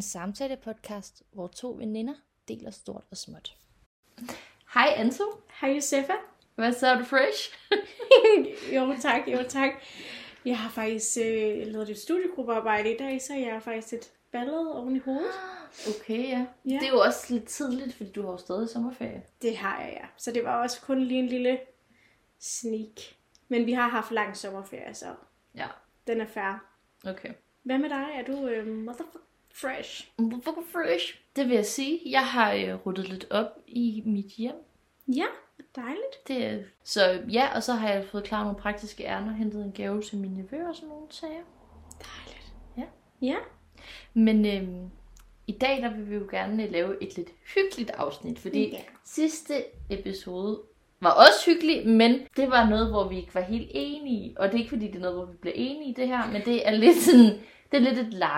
En samtale-podcast, hvor to veninder deler stort og småt. Hej Anto. Hej Josefa. Hvad så, er du fresh? Jo tak. Jeg har faktisk lavet et studiegruppearbejde i dag, så jeg har faktisk et ballede oven i hovedet. Okay, ja. Det er jo også lidt tidligt, fordi du har jo stadig sommerferie. Det har jeg, ja. Så det var også kun lige en lille sneak. Men vi har haft lang sommerferie, så den er fair. Okay. Hvad med dig? Er du motherfucking fresh? Motherfucking fresh. Det vil jeg sige. Jeg har ryddet lidt op i mit hjem. Ja, dejligt. Så ja, og så har jeg fået klar nogle praktiske ærner, hentet en gave til mine nevøer og sådan nogle sager. Dejligt. Ja. Men i dag der vil vi jo gerne lave et lidt hyggeligt afsnit, fordi sidste episode var også hyggelig, men det var noget, hvor vi ikke var helt enige. Og det er ikke fordi, det er noget, hvor vi bliver enige i det her, men det er lidt sådan, det er lidt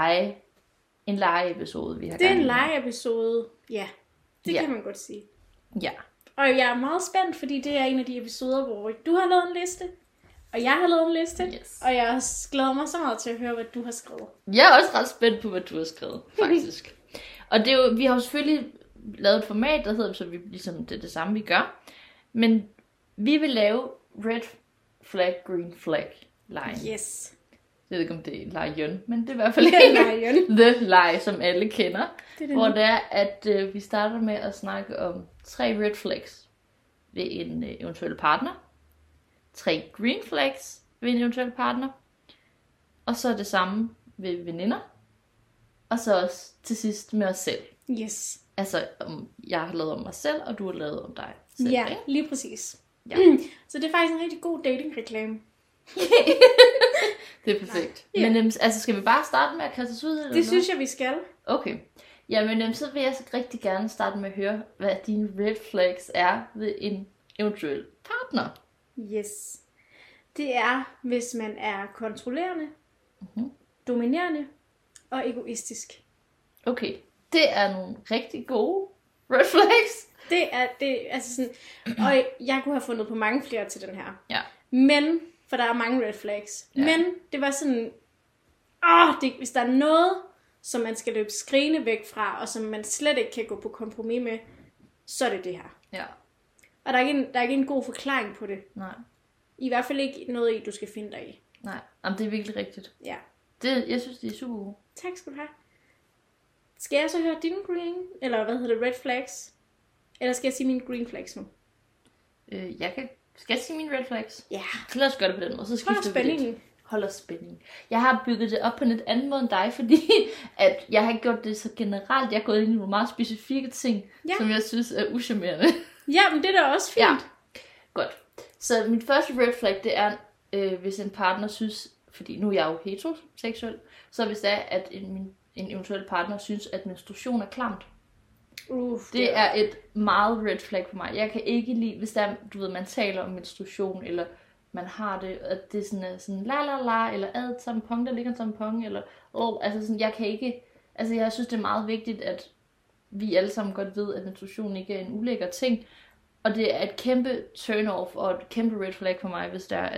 en legeepisode, vi har gang i. Det er en legeepisode, ja. Det kan man godt sige. Ja. Og jeg er meget spændt, fordi det er en af de episoder, hvor du har lavet en liste, og jeg har lavet en liste, og jeg glæder mig så meget til at høre, hvad du har skrevet. Jeg er også ret spændt på, hvad du har skrevet, faktisk. Og det er jo, vi har jo selvfølgelig lavet et format, der hedder, så vi ligesom det samme, vi gør. Men vi vil lave red flag, green flag line. Yes. Jeg ved ikke, om det er lejen, men det er i hvert fald ikke the lie, som alle kender. Hvor det er, at vi starter med at snakke om 3 red flags ved en eventuel partner. 3 green flags ved en eventuel partner. Og så det samme ved veninder. Og så også til sidst med os selv. Yes. Altså, jeg har lavet om mig selv, og du har lavet om dig selv. Ja, ikke? lige præcis. Ja. Så det er faktisk en rigtig god dating-reklame. Det er perfekt. Ja. Men altså, skal vi bare starte med at kaste os ud? Eller det synes jeg, vi skal. Okay. Jamen, så vil jeg så rigtig gerne starte med at høre, hvad dine red flags er ved en eventuel partner. Yes. Det er, hvis man er kontrollerende, dominerende og egoistisk. Okay. Det er nogle rigtig gode red flags. Det er altså sådan, og jeg kunne have fundet på mange flere til den her. Ja. Men, for der er mange red flags. Ja. Men det var sådan, hvis der er noget, som man skal løbe skrigende væk fra, og som man slet ikke kan gå på kompromis med, så er det det her. Ja. Og der er ikke en god forklaring på det. Nej. I hvert fald ikke noget, du skal finde dig i. Nej, jamen, det er virkelig rigtigt. Ja. Jeg synes, det er super gode. Tak skal du have. Skal jeg så høre dine green, eller hvad hedder det, red flags? Eller skal jeg sige mine green flags nu? Skal jeg sige mine red flags? Ja. Så lad os gøre det på den måde, så skifter vi lidt. Holder spændingen. Jeg har bygget det op på en lidt anden måde end dig, fordi at jeg har gjort det så generelt. Jeg har gået ind i nogle meget specifikke ting, som jeg synes er uschammerende. Ja, men det er da også fint. Ja. Godt. Så mit første red flag, det er, hvis en partner synes, fordi nu er jeg jo heteroseksuel, så hvis det er, at en eventuel partner synes, at menstruation er klamt. Det er et meget red flag for mig. Jeg kan ikke lide, hvis der er, du ved, man taler om menstruation, eller man har det, at det er sådan la, eller ad tampon, der ligger en tampon, eller altså sådan, jeg kan ikke, altså jeg synes, det er meget vigtigt, at vi alle sammen godt ved, at menstruation ikke er en ulækker ting, og det er et kæmpe turn-off, og et kæmpe red flag for mig, hvis det er,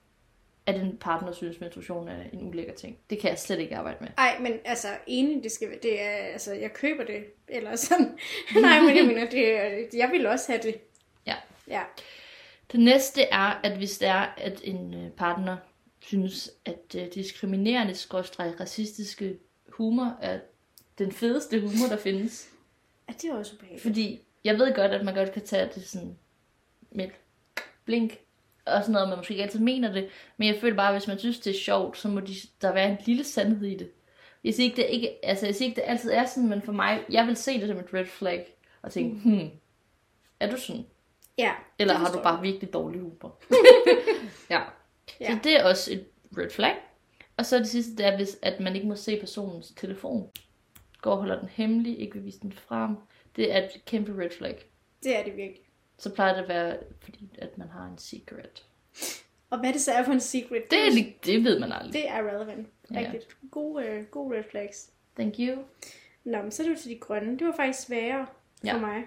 at en partner synes, menstruation er en ulækker ting. Det kan jeg slet ikke arbejde med. Nej, men altså, enig, det er, altså, jeg køber det, eller sådan. Nej, men jeg mener, jeg vil også have det. Ja. Det næste er, at hvis det er, at en partner synes, at diskriminerende racistiske humor er den fedeste humor, der findes. Ja, det er også ubehageligt. Fordi jeg ved godt, at man godt kan tage det sådan med blink, og sådan noget, man måske ikke altid mener det, men jeg føler bare, at hvis man synes, det er sjovt, så må der være en lille sandhed i det. Jeg siger ikke, det altid er sådan, men for mig, jeg vil se det som et red flag, og tænke, er du sådan? Ja. Eller har du bare virkelig dårlig humor? Ja. Så det er også et red flag. Og så det sidste, det er, hvis at man ikke må se personens telefon. Går og holder den hemmelig, ikke vil vise den frem. Det er et kæmpe red flag. Det er det virkelig. Så plejer det at være, fordi at man har en secret. Og hvad det så er for en secret? Det ved man aldrig. Det er relevant. Rigtigt. Gode red flags. Thank you. Nå, men så er det jo til de grønne. Det var faktisk sværere for mig.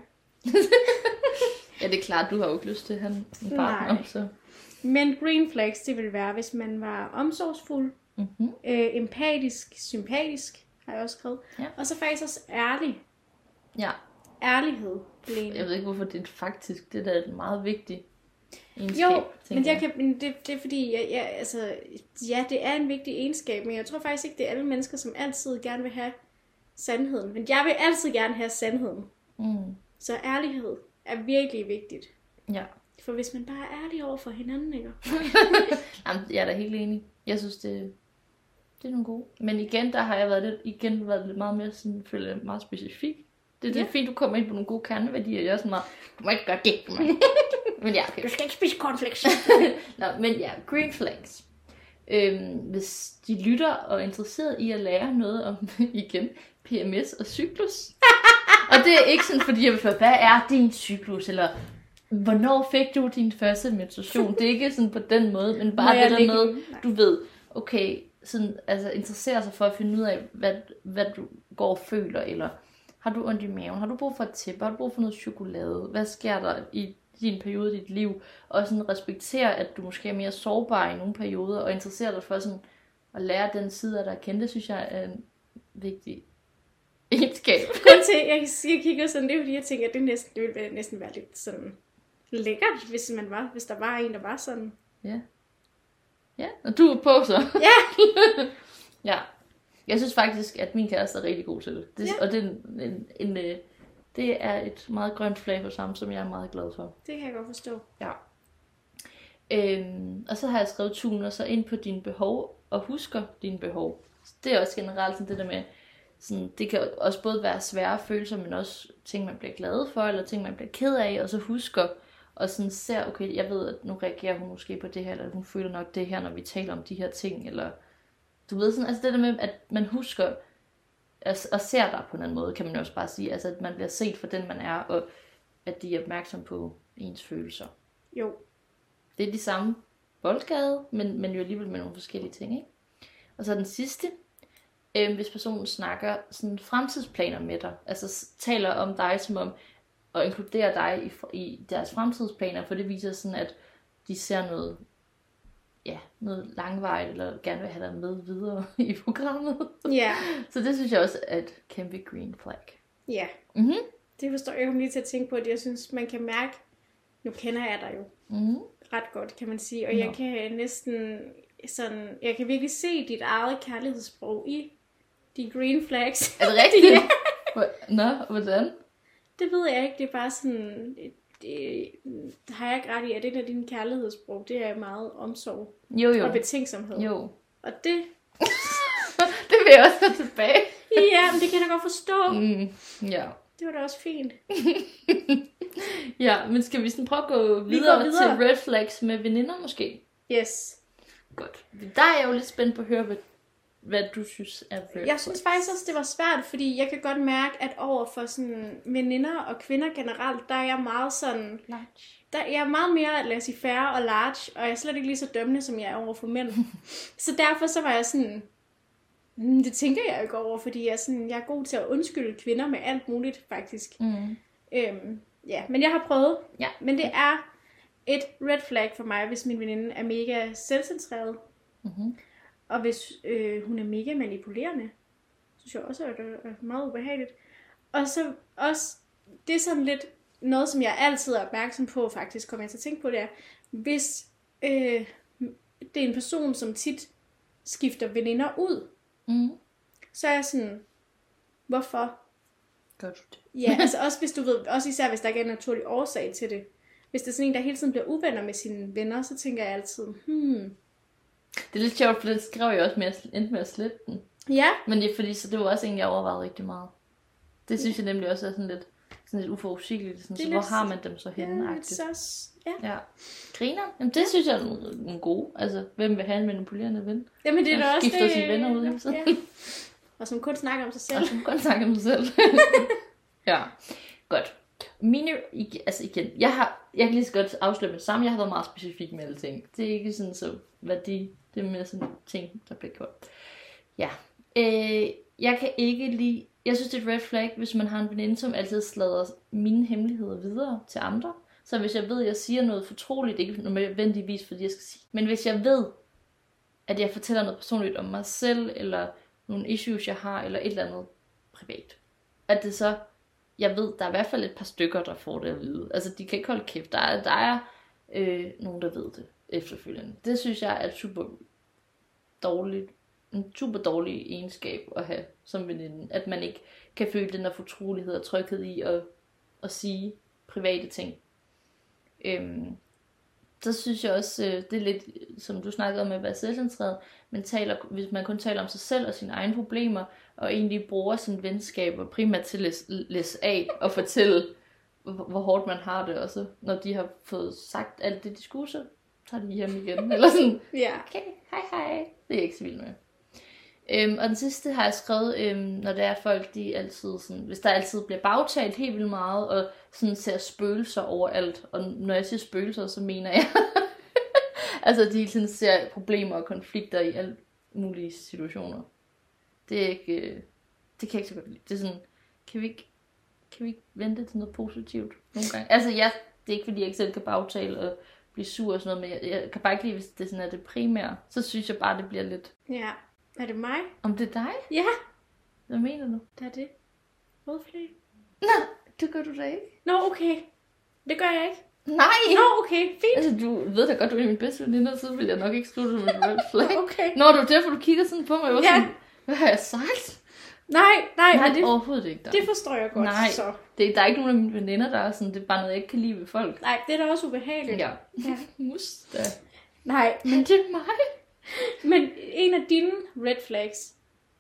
Ja, det er klart, du har jo ikke lyst til at have en partner. Så. Men green flags, det vil være, hvis man var omsorgsfuld, empatisk, sympatisk har jeg også skrevet. Ja. Og så faktisk også ærlig. Ja. Ærlighed, Helene. Jeg ved ikke, hvorfor det er faktisk, det der er en meget vigtig egenskab. Jo, men det er fordi, det er en vigtig egenskab, men jeg tror faktisk ikke, det er alle mennesker, som altid gerne vil have sandheden. Men jeg vil altid gerne have sandheden. Så ærlighed er virkelig vigtigt. Ja. For hvis man bare er ærlig over for hinanden, ikke? Jamen, jeg er da helt enig. Jeg synes, det er nogle gode. Men igen, der har jeg været lidt meget mere sådan, føler jeg, meget specifik. Det er fint, du kommer ind på nogle gode kerneværdier. Jeg er sådan meget, du må ikke gøre det. Men ja, okay. Du skal ikke spise cornflakes. Nå, men ja, green flags. Hvis de lytter og er interesseret i at lære noget om, igen, PMS og cyklus. Og det er ikke sådan, fordi jeg vil spørge, hvad er din cyklus? Eller hvornår fik du din første menstruation? Det er ikke sådan på den måde, men bare det der med, du ved, okay, sådan, altså interessere sig for at finde ud af, hvad du går og føler, eller har du ondt i maven? Har du brug for et tæppe? Har du brug for noget chokolade? Hvad sker der i din periode i dit liv? Og sådan respektere, at du måske er mere sårbar i nogle perioder, og interessere dig for sådan at lære den side af dig at kende. Det synes jeg er en vigtig egenskab. Grund til, jeg kigger sådan, det er fordi, jeg tænker, at det ville næsten være lidt sådan lækkert, hvis der var en, der var sådan. Ja. Ja, og du er på så. Ja. Ja. Jeg synes faktisk, at min kæreste er rigtig god til det. Og det er et meget grønt flag hos ham, som jeg er meget glad for. Det kan jeg godt forstå. Ja. Og så har jeg skrevet tuner så ind på dine behov, og husker dine behov. Det er også generelt sådan det der med, sådan, det kan også både være svære følelser, men også ting, man bliver glad for, eller ting, man bliver ked af, og så husker, og sådan ser, okay, jeg ved, at nu reagerer hun måske på det her, eller hun føler nok det her, når vi taler om de her ting, eller du ved sådan, altså det der med, at man husker, og ser dig på en anden måde, kan man jo også bare sige, altså at man bliver set for den, man er, og at de er opmærksom på ens følelser. Jo. Det er de samme boldgade, men jo alligevel med nogle forskellige ting, ikke? Og så den sidste, hvis personen snakker sådan fremtidsplaner med dig, altså taler om dig som om, og inkluderer dig i deres fremtidsplaner, for det viser sådan, at de ser noget langvarigt, eller gerne vil have dig med videre i programmet. Ja. Så det synes jeg også er et kæmpe green flag. Ja. Det forstår jeg. Jeg kom lige til at tænke på, at jeg synes, man kan mærke, nu kender jeg dig jo ret godt, kan man sige, og jeg kan næsten sådan, jeg kan virkelig se dit eget kærlighedssprog i de green flags. Er det rigtigt? Ja. Nå, hvordan? Det ved jeg ikke, det er bare sådan, har jeg ikke ret i, at det af dine kærlighedssprog, det er meget omsorg og betænksomhed. Jo. Og det... det vil jeg også gå tilbage. Ja, men det kan jeg da godt forstå. Ja. Det var da også fint. Ja, men skal vi sådan prøve at gå videre til red flags med veninder måske? Yes. Godt. Der er jeg jo lidt spændt på at høre, hvad du synes er red flags. Jeg synes faktisk også, det var svært, fordi jeg kan godt mærke, at over for sådan veninder og kvinder generelt, der er jeg meget sådan... large. Jeg er meget mere laissez-faire og large, og jeg er slet ikke lige så dømmende, som jeg er over for mænd. Så derfor så var jeg sådan... Det tænker jeg ikke over, fordi jeg er god til at undskylde kvinder med alt muligt, faktisk. Ja, men jeg har prøvet. Ja. Men det er et red flag for mig, hvis min veninde er mega selvcentreret. Og hvis hun er mega manipulerende. Synes jeg også, at det er meget ubehageligt. Og så også, det er sådan lidt noget, som jeg altid er opmærksom på, faktisk, kommer jeg til at tænke på, det er, hvis det er en person, som tit skifter veninder ud, så er jeg sådan, hvorfor? Gør du det? Ja, altså også hvis du ved, også især hvis der ikke er en naturlig årsag til det. Hvis det er sådan en, der hele tiden bliver uvenner med sine venner, så tænker jeg altid, Det er lidt sjovt, for det skrev jeg også endte med at slette den. Ja. Men det er fordi, så det var også en, jeg overvejede rigtig meget. Det synes jeg nemlig også er sådan lidt uforudsigeligt. Sådan, så hvor har man dem så henne? Ja. Griner? Jamen det synes jeg er en god. Altså, hvem vil have en manipulerende ven? Jamen det er da også skifter sine venner ud hele tiden. Ja. Og som kun snakker om sig selv. Og som kun snakker om sig selv. Ja, godt. Mine, altså igen, jeg kan lige så godt afsløre med det samme. Jeg har været meget specifik med alle ting. Det er ikke sådan så værdi. Det er mere sådan ting, der bliver gjort. Ja. Jeg kan ikke lide... Jeg synes, det er et red flag, hvis man har en veninde, som altid sladrer mine hemmeligheder videre til andre. Så hvis jeg ved, at jeg siger noget fortroligt, ikke nødvendigvis, fordi jeg skal sige, men hvis jeg ved, at jeg fortæller noget personligt om mig selv, eller nogle issues, jeg har, eller et eller andet privat. At det så, jeg ved, der er i hvert fald et par stykker, der får det at vide. Altså, de kan ikke holde kæft. Der er nogen, der ved det efterfølgende. Det synes jeg er en super dårlig egenskab at have som veninde. At man ikke kan føle den der fortrolighed og tryghed i at sige private ting. Så synes jeg også, det er lidt, som du snakkede om, at være selvcentreret, hvis man kun taler om sig selv og sine egne problemer, og egentlig bruger sine venskaber primært til at læse af og fortælle, hvor hårdt man har det også. Når de har fået sagt alt det, de skulle, så tager de hjem igen. Eller sådan, okay, hej. Det er jeg ikke så vild med. Og den sidste har jeg skrevet, når det er folk, de altid sådan, hvis der altid bliver bagtalt helt vildt meget, og sådan ser spøgelser overalt. Og når jeg siger spøgelser, så mener jeg, altså de sådan ser problemer og konflikter i alle mulige situationer. Det er ikke, det kan jeg ikke så godt lide. Det er sådan, kan vi ikke vente til noget positivt nogle gange? Altså det er ikke fordi, jeg ikke selv kan bagtale og blive sur og sådan noget, men jeg kan bare ikke lide, hvis det sådan er det primære. Så synes jeg bare, det bliver lidt... Ja. Er det mig? Om det er dig? Ja. Hvad mener du? Det er det. Rødflæg. Nå, det gør du da ikke. Nå, okay. Det gør jeg ikke. Nej! Nå, okay. Fint. Altså, du ved da godt, du er min bedste veninde, og så vil jeg nok ikke skrive det med et red flag. Okay. Nå, det er derfor, du kigger sådan på mig. Jeg var sådan, hvad har jeg sagt? Nej, men det er overhovedet ikke dig. Det forstår jeg godt. Nej, så. Der er ikke nogen af mine veninder, der er sådan, det er bare noget, jeg ikke kan lide ved folk. Nej, det er da også ubehageligt. Ja. Mus da. Nej, Men det er mig. Men en af dine red flags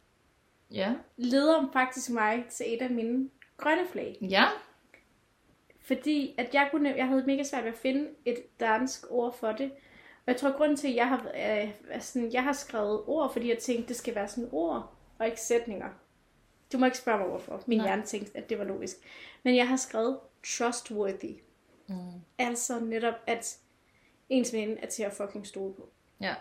leder faktisk mig til et af mine grønne flag. Ja. Fordi at jeg havde mega svært ved at finde et dansk ord for det. Og jeg tror, grunden til, at jeg har skrevet ord, fordi jeg tænkte, det skal være sådan ord og ikke sætninger. Du må ikke spørge mig, hvorfor. Min hjerne tænkte, at det var logisk. Men jeg har skrevet trustworthy. Altså netop, at ens ven er til at fucking stole på. Ja.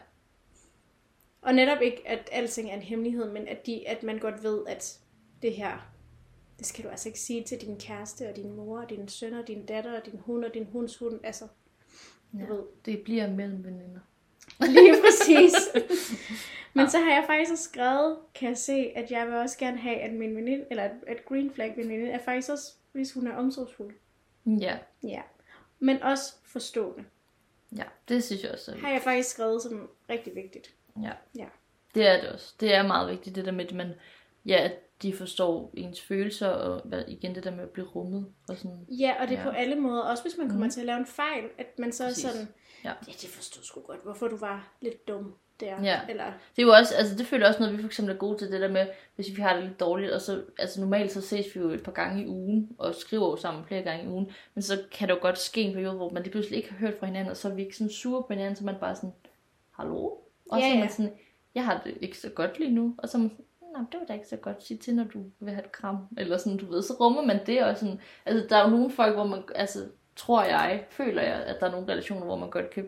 Og netop ikke, at alting er en hemmelighed, men at man godt ved, at det her, det skal du altså ikke sige til din kæreste, og din mor, og dine sønner, og din datter, og din hund, og din hunds hund. Altså, du ved. Det bliver mellem veninder. Lige præcis. Men så har jeg faktisk også skrevet, kan jeg se, at jeg vil også gerne have, at min veninde, eller at green flag veninde, er faktisk også, hvis hun er omsorgsfuld. Ja. Ja. Men også forstående. Ja, det synes jeg også. Har jeg faktisk skrevet som rigtig vigtigt. Ja. Det er det også. Det er meget vigtigt, det der med, at at de forstår ens følelser, og igen det der med at blive rummet. Og sådan. Ja, og det er på alle måder. Også hvis man kommer til at lave en fejl, at man så er sådan, det forstår sgu godt, hvorfor du var lidt dum der. Ja. Eller... Det er jo også, altså det føler også noget, vi for eksempel er gode til, det der med, hvis vi har det lidt dårligt, og så, altså normalt så ses vi jo et par gange i ugen, og skriver jo sammen flere gange i ugen, men så kan det jo godt ske en periode, hvor man lige pludselig ikke har hørt fra hinanden, og så er vi ikke sådan sure på hinanden, så man bare sådan, hallo? Og så er man sådan, jeg har det ikke så godt lige nu, og så er man sådan, nej, det var da ikke så godt, sige til, når du vil have et kram, eller sådan, du ved, så rummer man det, og sådan, altså der er jo nogle folk, hvor man, altså føler jeg, at der er nogle relationer, hvor man godt kan,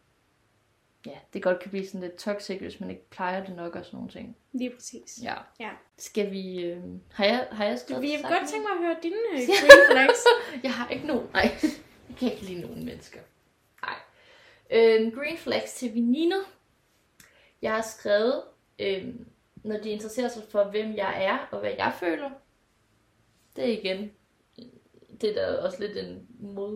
det godt kan blive sådan lidt toxic, hvis man ikke plejer det nok og sådan nogle ting. Lige præcis. Ja. Skal vi, har jeg skrevet vi har godt tænkt mig at høre dine green flags. Jeg har ikke nogen, nej, jeg kan ikke lide nogen mennesker. Nej. Green flags til veninder. Jeg har skrevet, når de interesserer sig for, hvem jeg er, og hvad jeg føler. Det er igen, det er da også lidt en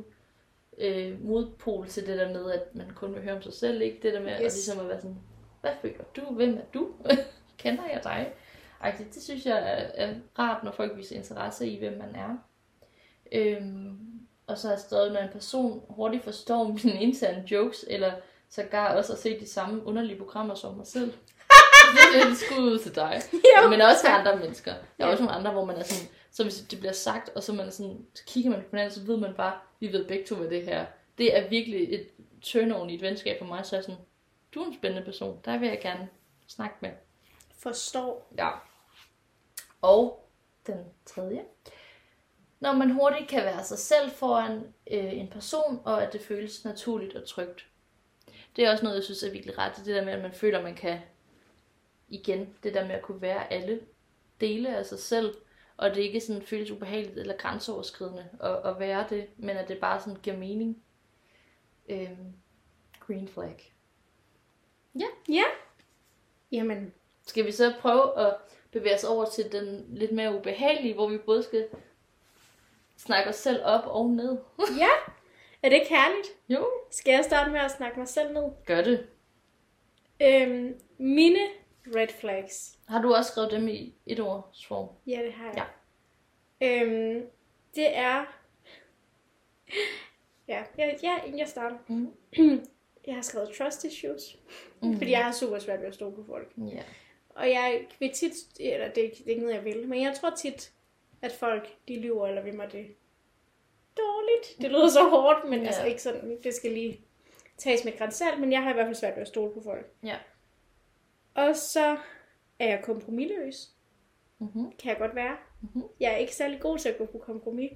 modpol til det der med, at man kun vil høre om sig selv, ikke? Det der med at ligesom at være sådan, hvad føler du? Hvem er du? Kender jeg dig? Det synes jeg er rart, når folk viser interesse i, hvem man er. Og så har jeg skrevet, når en person hurtigt forstår mine interne jokes, eller sågar også at se de samme underlige programmer som mig selv. Det er lidt skud ud til dig. Men også til andre mennesker. Der er også nogle andre, hvor man er sådan, så hvis det bliver sagt, og så, man er sådan, så kigger man på hinanden, så ved man bare, vi ved begge to, hvad det her. Det er virkelig et turn-on i et venskab for mig, så er sådan, du er en spændende person, der vil jeg gerne snakke med. Forstår. Ja. Og den tredje. Når man hurtigt kan være sig selv foran en person, og at det føles naturligt og trygt. Det er også noget, jeg synes er virkelig ret. Det der med, at man føler, at man kan, igen, det der med at kunne være alle dele af sig selv, og det ikke sådan føles ubehageligt eller grænseoverskridende at være det, men at det bare sådan giver mening. Green flag. Ja. Jamen, Skal vi så prøve at bevæge os over til den lidt mere ubehagelige, hvor vi både skal snakke os selv op og ned? Ja, er det ikke herligt? Jo. Skal jeg starte med at snakke mig selv ned? Gør det. Mine red flags. Har du også skrevet dem i et ords form? Ja, det har jeg. Ja. Det er... Ja, jeg starter. Mm. Jeg har skrevet trust issues, fordi jeg har super svært ved at stole på folk. Ja. Og jeg vil tit, eller det er ikke noget, jeg vil, men jeg tror tit, at folk, de lyver, eller vil mig det dårligt. Det lyder så hårdt, men altså ikke sådan, det skal lige tages med grænsalt, men jeg har i hvert fald svært ved at stole på folk. Ja. Og så er jeg kompromisløs. Mm-hmm. Kan jeg godt være. Mm-hmm. Jeg er ikke særlig god til at gå på kompromis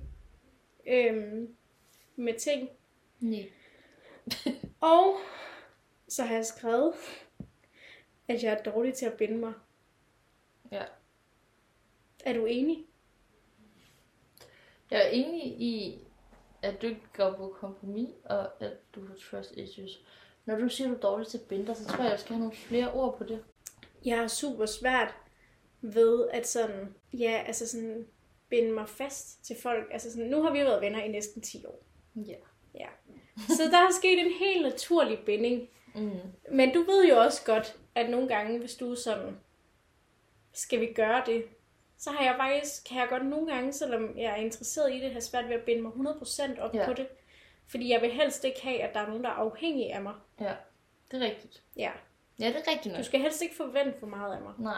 med ting. Nej. Og så har jeg skrevet, at jeg er dårlig til at binde mig. Ja. Er du enig? Jeg er enig i, at du ikke går på kompromis, og at du har trust issues. Når du siger, du er dårlig til at binde dig, så tror jeg skal have nogle flere ord på det. Jeg har super svært ved at sådan, sådan binde mig fast til folk. Altså sådan, nu har vi været venner i næsten 10 år. Ja. Ja. Så der er sket en helt naturlig binding. Mm. Men du ved jo også godt, at nogle gange, hvis du er sådan, skal vi gøre det, så har jeg faktisk, kan jeg godt nogle gange, selvom jeg er interesseret i det, have svært ved at binde mig 100% op på det. Fordi jeg vil helst ikke have, at der er nogen, der er afhængige af mig. Ja, det er rigtigt. Ja. Ja, det er rigtigt nok. Du skal helst ikke forvente for meget af mig. Nej.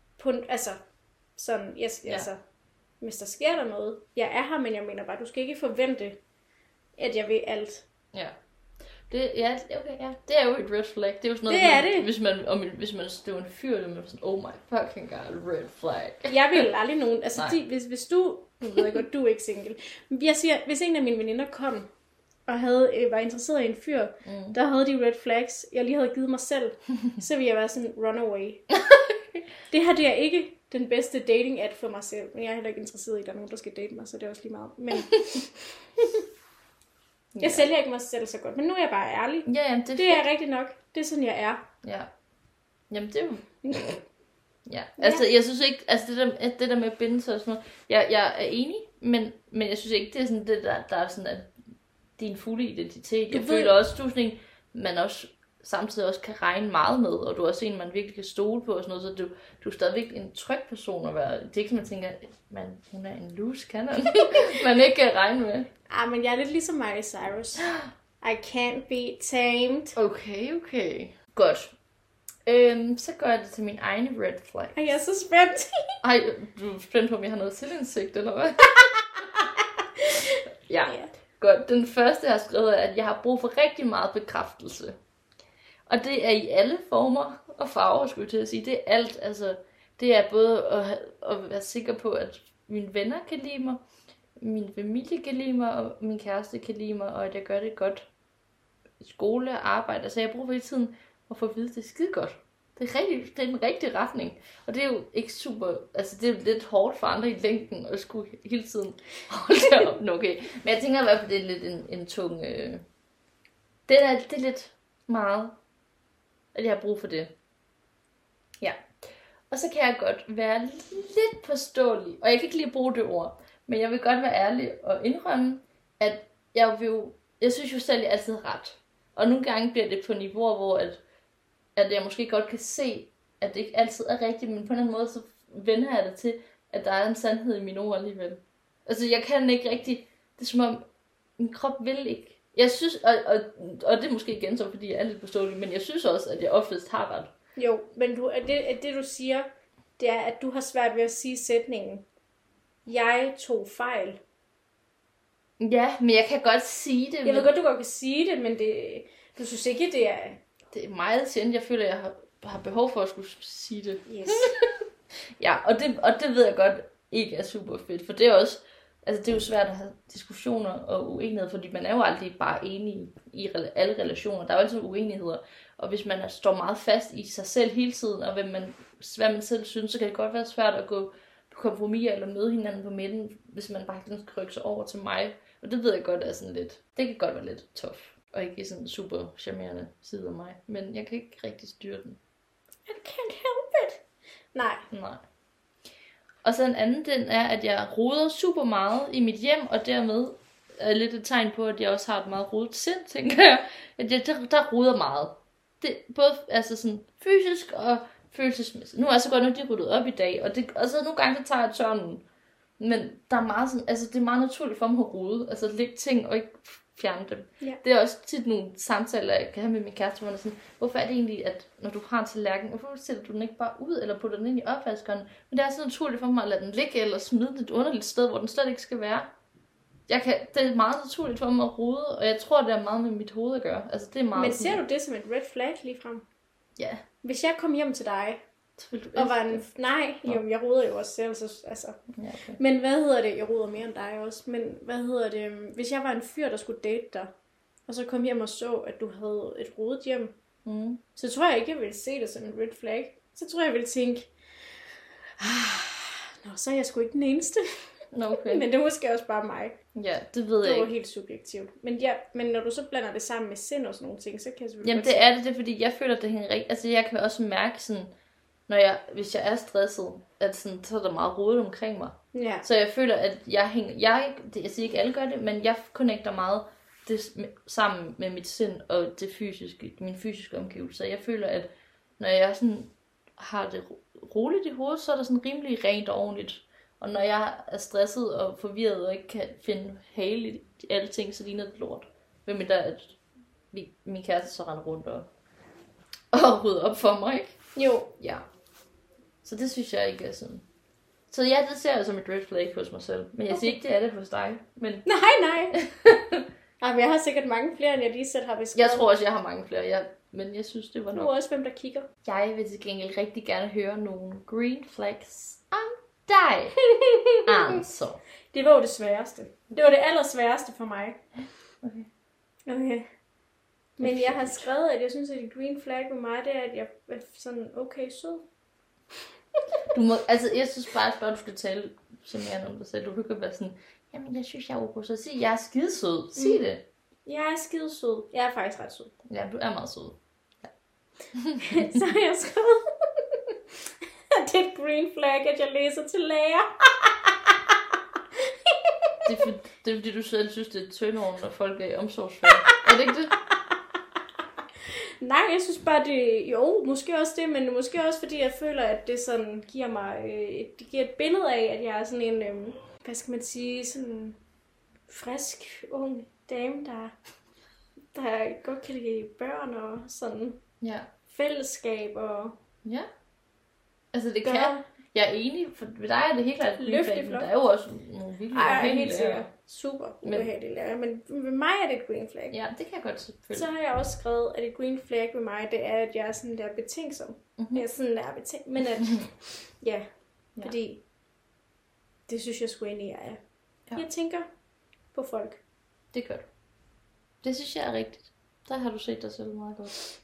Altså, hvis der sker der noget, jeg er her, men jeg mener bare, du skal ikke forvente, at jeg vil alt. Ja. Det er jo et red flag. Det er jo sådan noget, det er det. Hvis man stod en fyr, så er man sådan, oh my fucking god, red flag. Jeg vil aldrig nogen, altså hvis du, nu ved jeg godt, du er ikke single, jeg siger, hvis en af mine veninder kom, og var interesseret i en fyr, der havde de red flags, jeg lige havde givet mig selv, så ville jeg være sådan, run away. Det her, det er ikke den bedste dating-app for mig selv, men jeg er heller ikke interesseret i, at der er nogen, der skal date mig, så det er også lige meget. Men jeg sælger ikke mig selv så godt, men nu er jeg bare ærlig. Ja, jamen, det er rigtigt nok. Det er sådan, jeg er. Ja. Jamen, det er jo... Ja, altså jeg synes ikke, altså det der med at binde sig og sådan noget, jeg er enig, men jeg synes ikke, det er sådan det, der er sådan, at din fulde identitet. Jeg føler også, du er sådan en, man også samtidig også kan regne meget med, og du er også en, man virkelig kan stole på og sådan noget, så du er stadigvæk en tryg person at være. Det er ikke sådan, man tænker, hun er en loose cannon, man ikke kan regne med. Men jeg er lidt ligesom Miley Cyrus. I can't be tamed. Okay. Godt. Så gør jeg det til min egen red flag. Jeg er så spændt. Ej, du er spændt på, om jeg har noget selvindsigt, eller hvad? Ja. Godt. Den første, jeg har skrevet, er, at jeg har brug for rigtig meget bekræftelse. Og det er i alle former og farver, skulle jeg til at sige. Det er alt. Altså, det er både at være sikker på, at mine venner kan lide mig, min familie kan lide mig, og min kæreste kan lide mig, og at jeg gør det godt i skole og arbejde. Altså, jeg har brug for hele tiden at få at vide, at det er skide godt. Det er en rigtig retning. Og det er jo ikke super... Altså, det er jo lidt hårdt for andre i længden at skulle hele tiden holde det op. Okay. Men jeg tænker i hvert fald, det er lidt en tung... Det er lidt meget, at jeg har brug for det. Ja. Og så kan jeg godt være lidt påståelig. Og jeg kan ikke lige bruge det ord. Men jeg vil godt være ærlig og indrømme, at jeg synes jo selv, at jeg altid har ret. Og nogle gange bliver det på niveauer, hvor at jeg måske godt kan se, at det ikke altid er rigtigt, men på en eller anden måde, så vender jeg det til, at der er en sandhed i mine ord alligevel. Altså, jeg kan ikke rigtig... Det er som om, min krop vil ikke. Jeg synes, og det er måske igen så, fordi jeg er lidt påståelig, men jeg synes også, at jeg oftest har ret. Jo, men det du siger, det er, at du har svært ved at sige sætningen. Jeg tog fejl. Ja, men jeg kan godt sige det. Jeg ved godt, du godt kan sige det, men du synes ikke, det er... Det er meget sjældent, jeg føler, at jeg har behov for at skulle sige det. Yes. Ja, og det ved jeg godt ikke er super fedt, for det er også... Altså, det er jo svært at have diskussioner og uenigheder, fordi man er jo aldrig bare enige i alle relationer. Der er jo altid uenigheder. Og hvis man står meget fast i sig selv hele tiden, og hvad man selv synes, så kan det godt være svært at gå på kompromis eller møde hinanden på midten, hvis man bare kan rykke sig over til mig. Og det ved jeg godt er sådan lidt... Det kan godt være lidt tough, og ikke sådan en super charmerende side af mig. Men jeg kan ikke rigtig styre den. I can't help it. Nej. Nej. Og så en anden, den er, at jeg roder super meget i mit hjem, og dermed er lidt et tegn på, at jeg også har et meget rodet sind, tænker jeg. At jeg der roder meget. Det, både altså sådan fysisk og følelsesmæssigt. Nu er jeg så godt nok de ryddet op i dag, og så nogle gange så tager jeg tørnen. Men der er meget sådan, altså det er meget naturligt for mig at rode, altså at lægge ting og ikke fjerne dem. Ja. Det er også tit nogle samtaler, jeg kan have med min kæreste, hvor man er sådan, hvorfor er det egentlig, at når du har en tallerken, hvorfor sætter du den ikke bare ud, eller putter den ind i opvaskeren? Men det er så naturligt for mig at lade den ligge, eller smide den et underligt sted, hvor den slet ikke skal være. Det er meget naturligt for mig at rode, og jeg tror, det er meget med mit hoved at gøre. Altså, det er meget Men ser du det som et red flag ligefrem? Ja. Hvis jeg kom hjem til dig, og var en... Nej, jo, jeg roder jo også selv, så, altså. Ja, okay. Men hvad hedder det? Jeg roder mere end dig også. Men hvad hedder det? Hvis jeg var en fyr, der skulle date dig, og så kom hjem og så, at du havde et rodet hjem, så tror jeg ikke, jeg ville se det som en red flag. Så tror jeg ville tænke, så er jeg sgu ikke den eneste. Okay. Men det er måske også bare mig. Ja, det ved jeg ikke. Det var ikke. helt subjektivt. Men når du så blander det sammen med sind og sådan nogle ting, så kan jeg selvfølgelig Jamen det er det, fordi jeg føler, det hænger rigtigt. Altså jeg kan også mærke sådan, hvis jeg er stresset, at sådan, så er der meget rodet omkring mig. Ja. Så jeg føler, at jeg siger ikke alle gør det, men jeg connecter meget det sammen med mit sind og det fysiske, min fysiske omgivelser. Jeg føler, at når jeg sådan har det roligt i hovedet, så er der sådan rimelig rent og ordentligt. Og når jeg er stresset og forvirret og ikke kan finde hale i alle ting, så ligner det lort. Hvem der at min kæreste så render rundt og rydder op for mig, ikke? Jo. Ja. Så det synes jeg ikke er sådan. Så ja, det ser jeg som et red flag hos mig selv. Men jeg siger ikke, det er det hos dig. Men... Nej. Men jeg har sikkert mange flere, end jeg lige selv har beskrevet. Jeg tror også, jeg har mange flere. Men jeg synes, det var nok. Du er også hvem, der kigger. Jeg vil til gengæld rigtig gerne høre nogle green flags om dig. Altså. Det var jo det sværeste. Det var det allersværeste for mig. Okay. Men jeg har skrevet, at jeg synes, at det green flag med mig, det er, at jeg er sådan okay sød. Jeg synes bare, at du skal tale generende om dig selv. Du kan ikke være sådan, jamen jeg synes, jeg er okay. Så sig, jeg er skidesød. Sig det. Jeg er skidesød. Jeg er faktisk ret sød. Ja, du er meget sød. Ja. Så har jeg skrevet, at det er et green flag, at jeg læser til lærer. Det er fordi, du selv synes, det er turn-on, når folk er i omsorgsfag. Er det ikke det? Nej, jeg synes bare, det... Jo, måske også det, men måske også fordi, jeg føler, at det sådan giver mig... det giver et billede af, at jeg er sådan en... hvad skal man sige? Sådan frisk, ung dame, der godt kan lide børn og sådan... Ja. Fællesskab og... Ja. Altså, det kan... Jeg er enig, for ved dig er det helt klart løftig, men der er jo også nogle virkelig helt sikkert. Super ubehagelige lærer. Men ved mig er det et green flag. Ja, det kan jeg godt selvfølgelig. Så har jeg også skrevet, at et green flag ved mig, det er, at jeg er sådan der betænksom. Jeg er sådan der betænksom. Men at, ja, fordi det synes jeg sgu egentlig, jeg er. Ja. Jeg tænker på folk. Det gør du. Det synes jeg er rigtigt. Der har du set dig selv meget godt.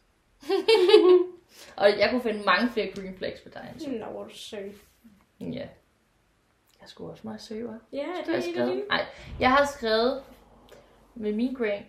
Og jeg kunne finde mange flere green flags på dig. Nå, hvor du søg. Ja. Jeg skulle også meget søge, hva'? Ja, det er en af dine. Nej, jeg har skrevet med min green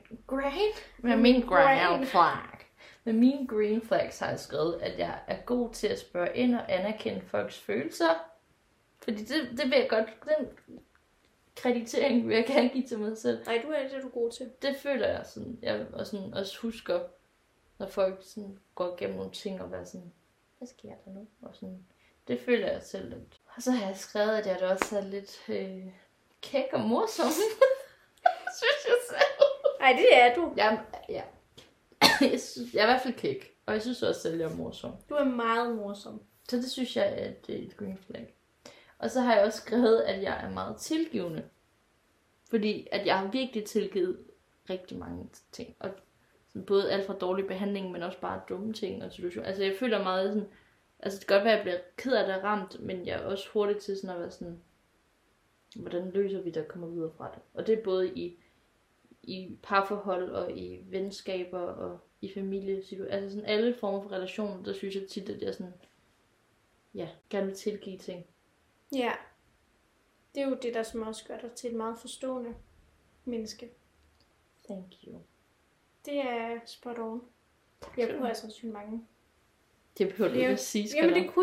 flag. Med mine green flags har jeg skrevet, at jeg er god til at spørge ind og anerkende folks følelser. Fordi det vil jeg godt, den kreditering vil jeg gerne give til mig selv. Nej, du er god til. Det føler jeg sådan, jeg også husker, når folk sådan går igennem nogle ting og være sådan, hvad sker der nu? Og sådan, det føler jeg selv lidt. Og så har jeg skrevet, at jeg da også er lidt kæk og morsom. Synes jeg selv. Nej, det er du. Ja. Jeg er i hvert fald kæk, og jeg synes også selv, at jeg er morsom. Du er meget morsom. Så det synes jeg, at det er et green flag. Og så har jeg også skrevet, at jeg er meget tilgivende. Fordi at jeg har virkelig tilgivet rigtig mange ting. Og både alt fra dårlig behandling, men også bare dumme ting og situationer. Altså jeg føler meget sådan, altså det kan godt være, at jeg bliver ked af det ramt, men jeg er også hurtigt til sådan at være sådan, hvordan løser vi det og kommer videre fra det. Og det er både i parforhold og i venskaber og i familiesituationer. Altså sådan alle former for relationer, der synes jeg tit, at jeg sådan, gerne vil tilgive ting. Ja. Det er jo det, der som også gør dig til et meget forstående menneske. Thank you. Det er spot on. Jeg kunne altså synes mange. Det behøver du ikke at sige, Jamen det kunne jeg.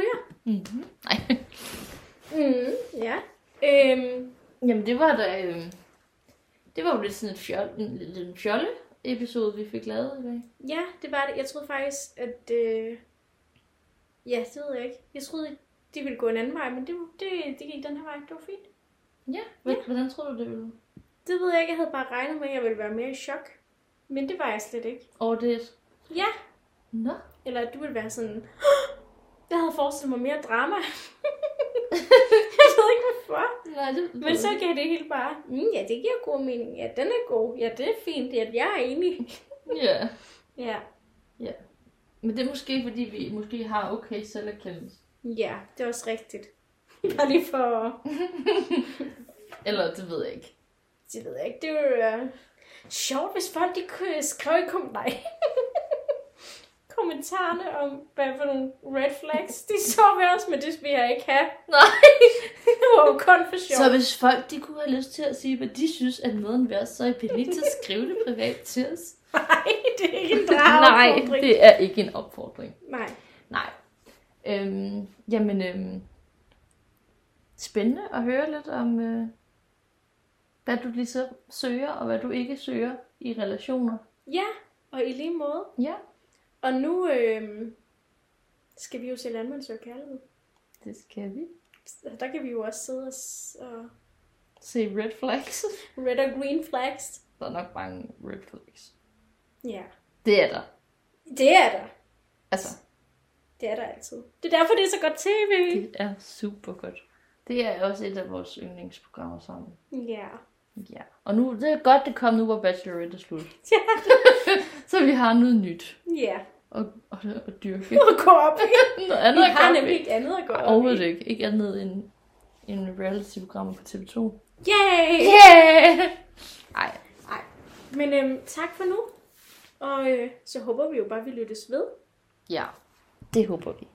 Mm-hmm. Nej. Ja. Jamen, det var da... det var jo lidt sådan en fjolle episode, vi fik lavet i dag. Ja, det var det. Jeg troede faktisk, at... ja, det ved jeg ikke. Jeg troede, de ville gå en anden vej, men det gik den her vej. Det var fint. Ja, hvordan tror du, det ville? Det ved jeg ikke. Jeg havde bare regnet med, at jeg ville være mere i chok. Men det var jeg slet ikke. Over det? Ja. Nå. Eller at du ville være sådan... Jeg havde forestillet mig mere drama. Jeg ved ikke hvorfor. Nej, Men så gav det hele bare... ja, det giver god mening. Ja, den er god. Ja, det er fint. Ja, jeg er enig. Ja. Ja. Ja. Men det er måske, fordi vi måske har okay selverkendelse. Ja, det er også rigtigt. Bare lige for... Eller det ved jeg ikke. Det ved jeg ikke. Det er jo sjovt, hvis folk de kunne skrive kommentarerne om, hvad for nogle red flags de så ved os, men det vil jeg ikke have. Nej. Det var jo kun for sjovt. Så hvis folk de kunne have lyst til at sige, hvad de synes, at måden vil så er villige til at skrive det privat til os. Nej, det er ikke en drageopfordring. Nej, det er ikke en opfordring. Nej. Jamen, spændende at høre lidt om, hvad du lige så søger, og hvad du ikke søger i relationer. Ja, og i lige måde. Ja. Og nu skal vi jo se Landmand søger kærlighed. Det skal vi. Der kan vi jo også sidde og se red flags. Red og green flags. Der er nok mange red flags. Ja. Det er der. Det er der. Altså. Det er der altid. Det er derfor, det er så godt tv. Det er super godt. Det er også et af vores yndlingsprogrammer sammen. Ja. Ja. Og nu, det er godt, det kom nu, hvor Bachelorette er slut. Ja. Så vi har noget nyt. Ja. Og dyrke. Og gå op i. Noget andet vi har nemlig ikke andet at gå op i. Overhovedet ikke. Ikke andet end reality-programmer på TV2. Yay! Yeah! Ej. Men tak for nu. Og så håber vi jo bare, vi lyttes ved. Ja, det håber vi.